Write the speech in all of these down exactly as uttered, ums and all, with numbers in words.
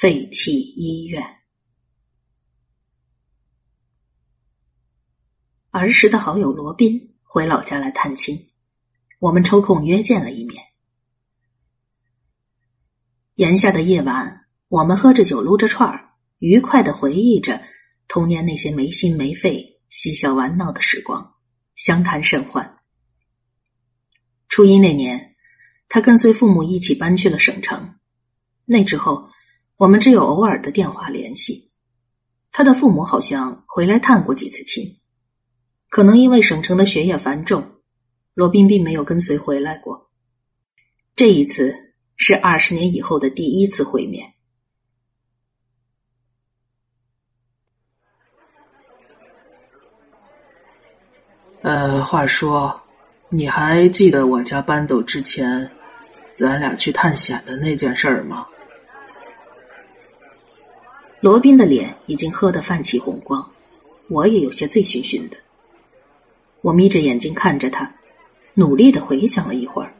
废弃医院。儿时的好友罗宾回老家来探亲，我们抽空约见了一面。炎夏的夜晚，我们喝着酒撸着串儿，愉快地回忆着童年那些没心没肺嬉笑玩闹的时光，相谈甚欢。初一那年，他跟随父母一起搬去了省城，那之后我们只有偶尔的电话联系。他的父母好像回来探过几次亲，可能因为省城的学业繁重，罗宾并没有跟随回来过。这一次是二十年以后的第一次会面。 呃，话说，你还记得我家搬走之前，咱俩去探险的那件事儿吗？ 罗宾的脸已经喝得泛起红光，我也有些醉醺醺的。我眯着眼睛看着他，努力地回想了一会儿。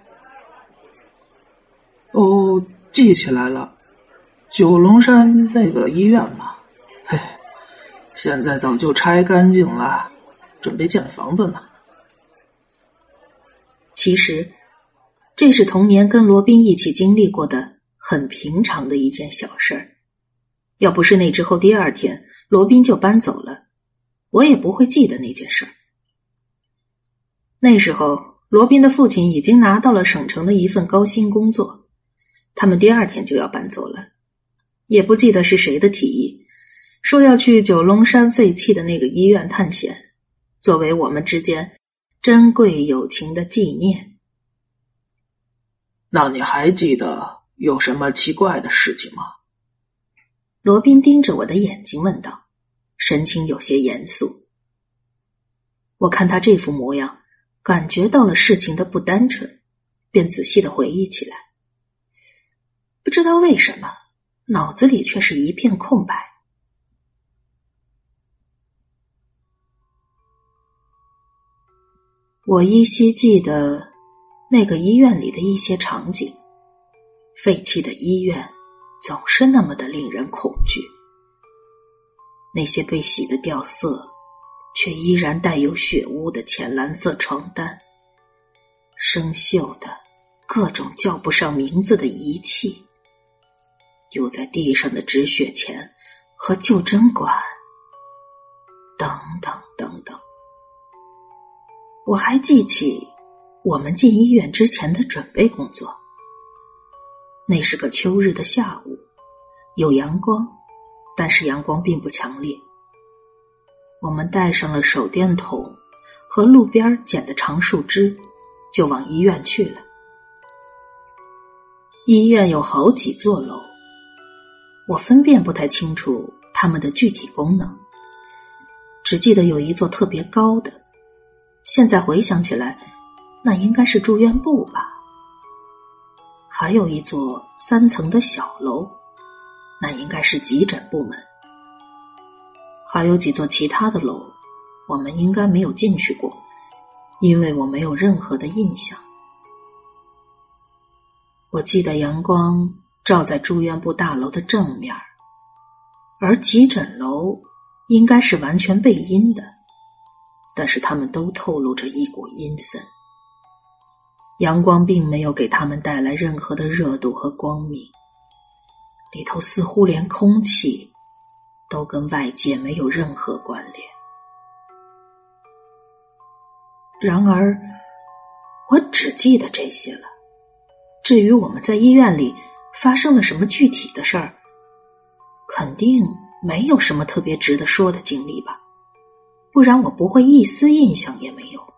哦，记起来了，九龙山那个医院嘛，嘿，现在早就拆干净了，准备建房子呢。 其实，这是童年跟罗宾一起经历过的很平常的一件小事儿。要不是那之后第二天罗宾就搬走了，我也不会记得那件事儿。那时候，罗宾的父亲已经拿到了省城的一份高薪工作，他们第二天就要搬走了。也不记得是谁的提议，说要去九龙山废弃的那个医院探险，作为我们之间珍贵友情的纪念。 那你还记得有什么奇怪的事情吗？ 罗宾盯着我的眼睛问道，神情有些严肃。我看他这副模样，感觉到了事情的不单纯，便仔细地回忆起来。不知道为什么，脑子里却是一片空白。我依稀记得那个医院里的一些场景，废弃的医院总是那么的令人恐惧。那些被洗得掉色却依然带有血污的浅蓝色床单，生锈的各种叫不上名字的仪器，丢在地上的止血钳和救针管，等等等等。我还记起我们进医院之前的准备工作。那是个秋日的下午，有阳光，但是阳光并不强烈。我们带上了手电筒和路边捡的长树枝，就往医院去了。医院有好几座楼，我分辨不太清楚它们的具体功能，只记得有一座特别高的，现在回想起来，那应该是住院部吧。还有一座三层的小楼，那应该是急诊部门。还有几座其他的楼，我们应该没有进去过，因为我没有任何的印象。我记得阳光照在住院部大楼的正面，而急诊楼应该是完全背阴的，但是它们都透露着一股阴森。阳光并没有给他们带来任何的热度和光明，里头似乎连空气都跟外界没有任何关联。然而，我只记得这些了。至于我们在医院里发生了什么具体的事儿，肯定没有什么特别值得说的经历吧，不然我不会一丝印象也没有。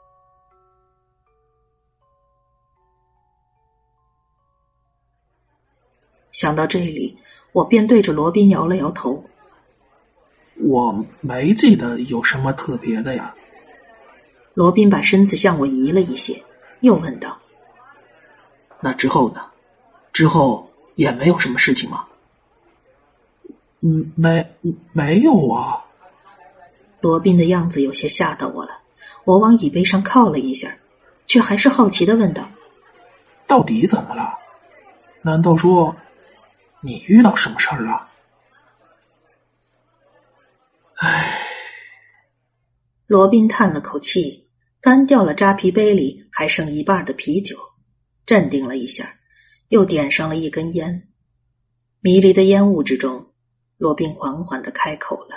想到这里，我便对着罗宾摇了摇头。 我没记得有什么特别的呀。 罗宾把身子向我移了一些，又问道： 那之后呢？之后也没有什么事情吗？嗯，没没有啊。 罗宾的样子有些吓到我了，我往椅背上靠了一下，却还是好奇地问道： 到底怎么了？难道说你遇到什么事儿了？唉。 罗宾叹了口气，干掉了扎啤杯里还剩一半的啤酒，镇定了一下，又点上了一根烟。迷离的烟雾之中，罗宾缓缓地开口了。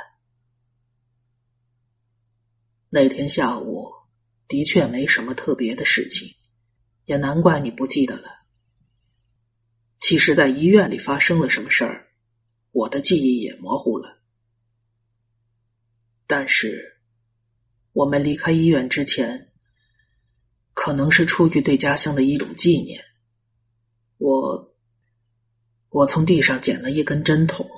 那天下午的确没什么特别的事情，也难怪你不记得了。其实在医院里发生了什么事儿，我的记忆也模糊了。但是我们离开医院之前，可能是出于对家乡的一种纪念，我我从地上捡了一根针筒。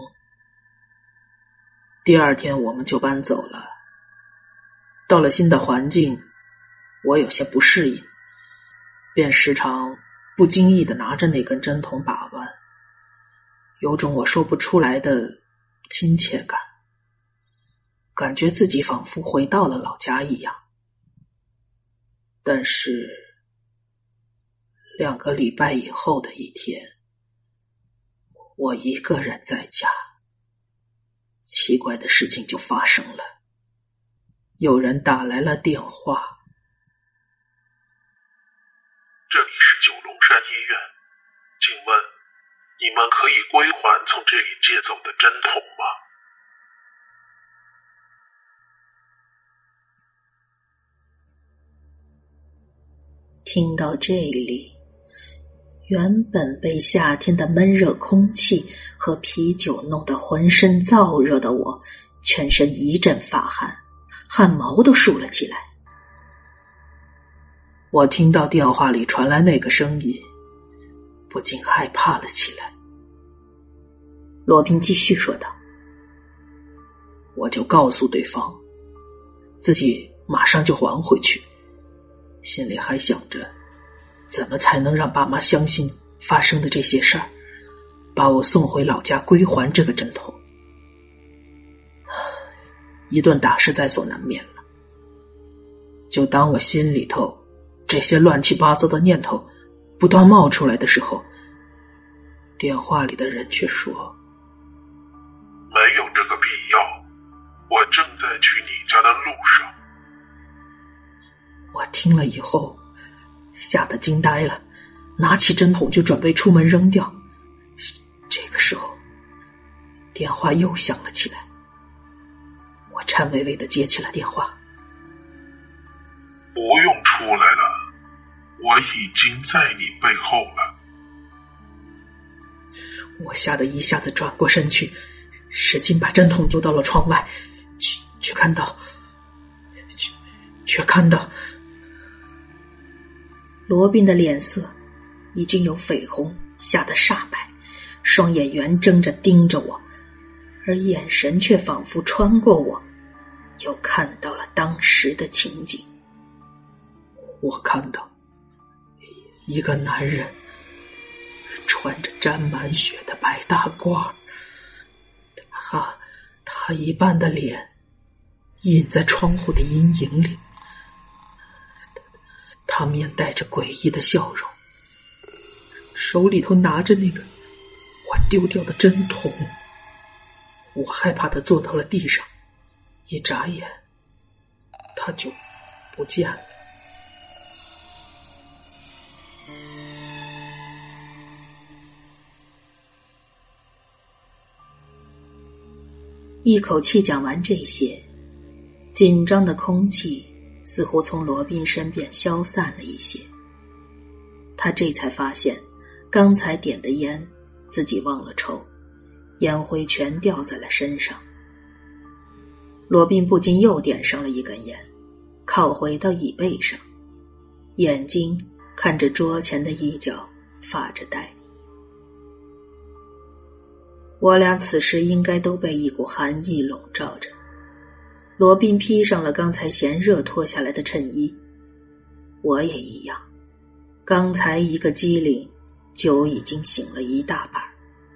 第二天我们就搬走了。到了新的环境，我有些不适应，便时常不经意地拿着那根针筒把玩，有种我说不出来的亲切感，感觉自己仿佛回到了老家一样。但是两个礼拜以后的一天，我一个人在家，奇怪的事情就发生了。有人打来了电话。 这里是九龙山医院，请问你们可以归还从这里借走的针筒吗？ 听到这里，原本被夏天的闷热空气和啤酒弄得浑身燥热的我，全身一阵发汗，汗毛都竖了起来。 我听到电话里传来那个声音，不禁害怕了起来。 罗宾继续说道： 我就告诉对方自己马上就还回去，心里还想着怎么才能让爸妈相信发生的这些事儿，把我送回老家归还这个针筒。一顿打是在所难免了。就当我心里头这些乱七八糟的念头不断冒出来的时候，电话里的人却说： 没有这个必要，我正在去你家的路上。 我听了以后吓得惊呆了，拿起针筒就准备出门扔掉。这个时候电话又响了起来，我颤巍巍地接起了电话。 不用出来了，我已经在你背后了。 我吓得一下子转过身去，使劲把针筒丢到了窗外，却却看到却却看到罗宾的脸色已经由绯红吓得煞白，双眼圆睁着盯着我，而眼神却仿佛穿过我，又看到了当时的情景。 我看到一个男人穿着沾满血的白大褂，他他一半的脸隐在窗户的阴影里，他面带着诡异的笑容，手里头拿着那个我丢掉的针筒。我害怕的坐到了地上，一眨眼他就不见了。 一口气讲完这些，紧张的空气似乎从罗宾身边消散了一些。他这才发现刚才点的烟自己忘了抽，烟灰全掉在了身上。罗宾不禁又点上了一根烟，靠回到椅背上，眼睛看着桌前的一角发着呆。我俩此时应该都被一股寒意笼罩着。罗宾披上了刚才嫌热脱下来的衬衣，我也一样，刚才一个机灵，酒已经醒了一大半。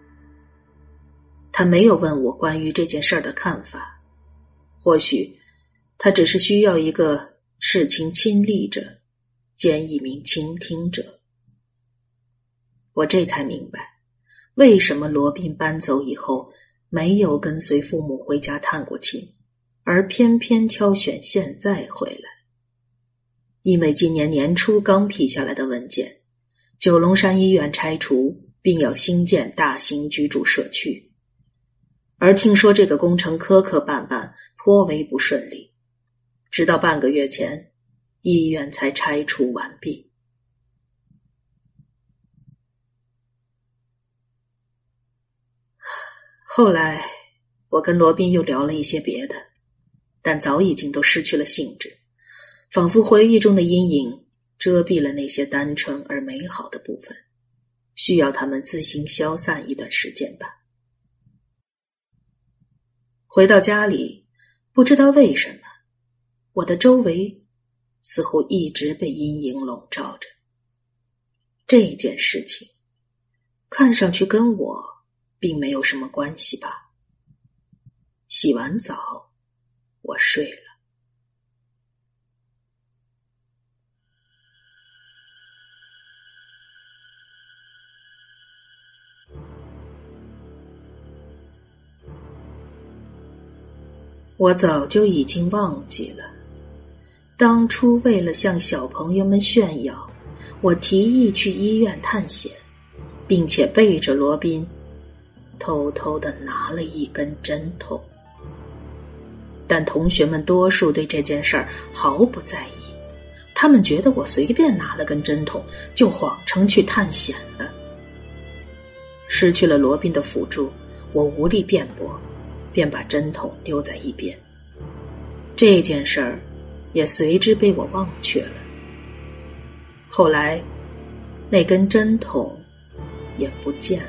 他没有问我关于这件事儿的看法，或许他只是需要一个事情亲历者兼一名倾听者。我这才明白， 为什么罗宾搬走以后没有跟随父母回家探过亲，而偏偏挑选现在回来。因为今年年初刚批下来的文件，九龙山医院拆除并要新建大型居住社区，而听说这个工程磕磕绊绊，颇为不顺利，直到半个月前医院才拆除完毕。后来我跟罗宾又聊了一些别的，但早已经都失去了兴致，仿佛回忆中的阴影遮蔽了那些单纯而美好的部分，需要他们自行消散一段时间吧。回到家里，不知道为什么，我的周围似乎一直被阴影笼罩着。这件事情看上去跟我并没有什么关系吧。洗完澡，我睡了。我早就已经忘记了，当初为了向小朋友们炫耀，我提议去医院探险，并且背着罗宾偷偷地拿了一根针头。但同学们多数对这件事儿毫不在意，他们觉得我随便拿了根针头就谎称去探险了。失去了罗宾的辅助，我无力辩驳，便把针筒丢在一边。这件事儿也随之被我忘却了。后来那根针筒也不见了。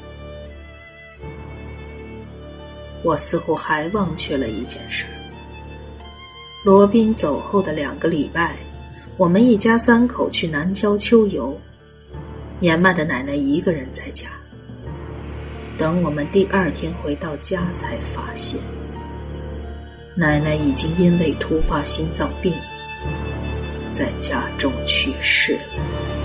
我似乎还忘却了一件事。罗宾走后的两个礼拜，我们一家三口去南郊秋游，年迈的奶奶一个人在家。等我们第二天回到家，才发现奶奶已经因为突发心脏病在家中去世了。